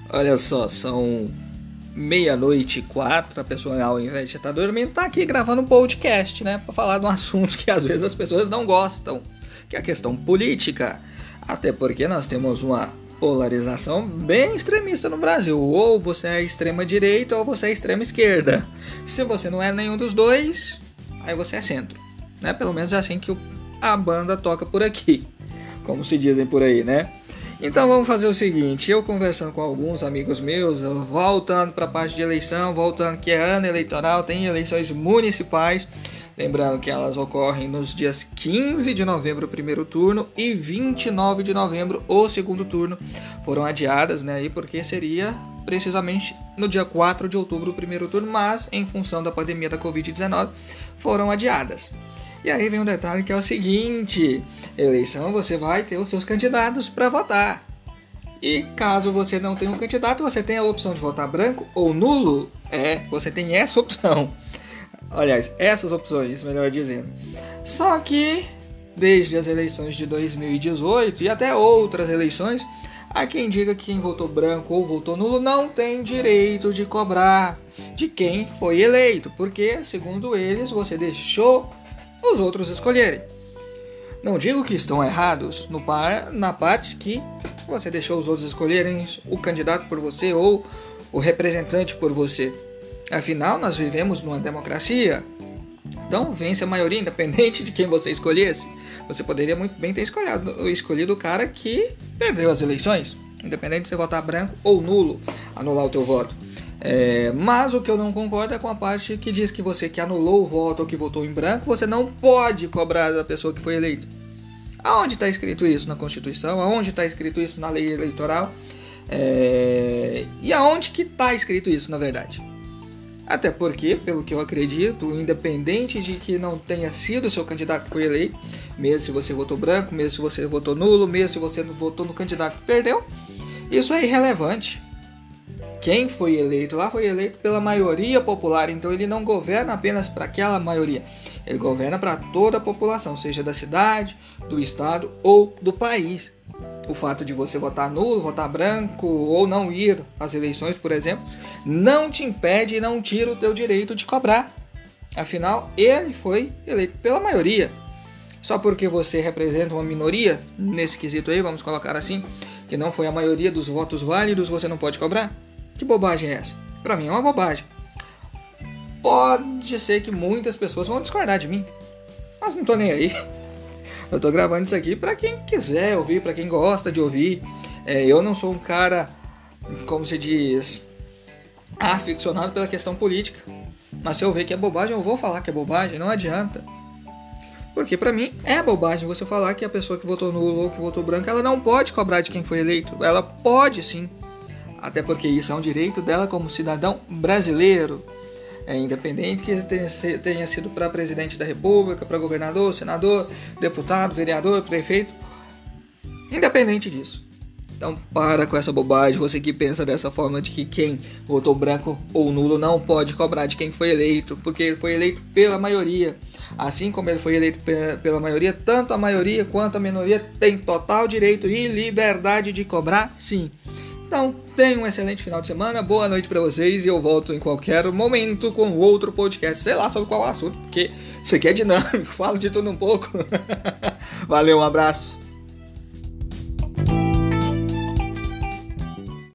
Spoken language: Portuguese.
Olha só, são 00:04, a pessoa ao invés de estar dormindo, tá aqui gravando um podcast, né? Pra falar de um assunto que às vezes as pessoas não gostam, que é a questão política. Até porque nós temos uma polarização bem extremista no Brasil. Ou você é extrema direita ou você é extrema esquerda. Se você não é nenhum dos dois, aí você é centro, né? Pelo menos é assim que a banda toca por aqui, como se dizem por aí, né? Então vamos fazer o seguinte, eu conversando com alguns amigos meus, voltando para a parte de eleição, voltando que é ano eleitoral, tem eleições municipais, lembrando que elas ocorrem nos dias 15 de novembro o primeiro turno e 29 de novembro o segundo turno, foram adiadas, né, aí porque seria precisamente no dia 4 de outubro o primeiro turno, mas em função da pandemia da Covid-19 foram adiadas. E aí vem um detalhe que é o seguinte, eleição você vai ter os seus candidatos para votar. E caso você não tenha um candidato, você tem a opção de votar branco ou nulo. Você tem essa opção. Aliás, essas opções, melhor dizendo. Só que, desde as eleições de 2018 e até outras eleições, há quem diga que quem votou branco ou votou nulo não tem direito de cobrar de quem foi eleito. Porque, segundo eles, você deixou os outros escolherem. Não digo que estão errados na parte que você deixou os outros escolherem o candidato por você ou o representante por você. Afinal, nós vivemos numa democracia. Então, vence a maioria, independente de quem você escolhesse. Você poderia muito bem ter escolhido o cara que perdeu as eleições, independente de você votar branco ou nulo, anular o teu voto. Mas o que eu não concordo é com a parte que diz que você que anulou o voto ou que votou em branco, você não pode cobrar da pessoa que foi eleita. Aonde está escrito isso na Constituição? Aonde está escrito isso na lei eleitoral? E aonde que está escrito isso, na verdade? Até porque, pelo que eu acredito, independente de que não tenha sido o seu candidato que foi eleito, mesmo se você votou branco, mesmo se você votou nulo, mesmo se você votou no candidato que perdeu, isso é irrelevante. Quem foi eleito lá foi eleito pela maioria popular, então ele não governa apenas para aquela maioria, ele governa para toda a população, seja da cidade, do estado ou do país. O fato de você votar nulo, votar branco ou não ir às eleições, por exemplo, não te impede e não tira o teu direito de cobrar. Afinal, ele foi eleito pela maioria. Só porque você representa uma minoria, nesse quesito aí, vamos colocar assim, que não foi a maioria dos votos válidos, você não pode cobrar? Que bobagem é essa? Pra mim é uma bobagem. Pode ser que muitas pessoas vão discordar de mim, mas não tô nem aí. Eu tô gravando isso aqui pra quem quiser ouvir, pra quem gosta de ouvir. Eu não sou um cara, como se diz, aficionado pela questão política. Mas se eu ver que é bobagem, eu vou falar que é bobagem, não adianta. Porque pra mim é bobagem você falar que a pessoa que votou nulo ou que votou branco, ela não pode cobrar de quem foi eleito. Ela pode sim. Até porque isso é um direito dela como cidadão brasileiro. Independente que tenha sido para presidente da república, para governador, senador, deputado, vereador, prefeito. Independente disso. Então para com essa bobagem, você que pensa dessa forma de que quem votou branco ou nulo não pode cobrar de quem foi eleito, porque ele foi eleito pela maioria. Assim como ele foi eleito pela maioria, tanto a maioria quanto a minoria tem total direito e liberdade de cobrar, sim. Então, tenha um excelente final de semana, boa noite pra vocês e eu volto em qualquer momento com outro podcast, sei lá sobre qual assunto, porque isso aqui é dinâmico, falo de tudo um pouco. Valeu, um abraço.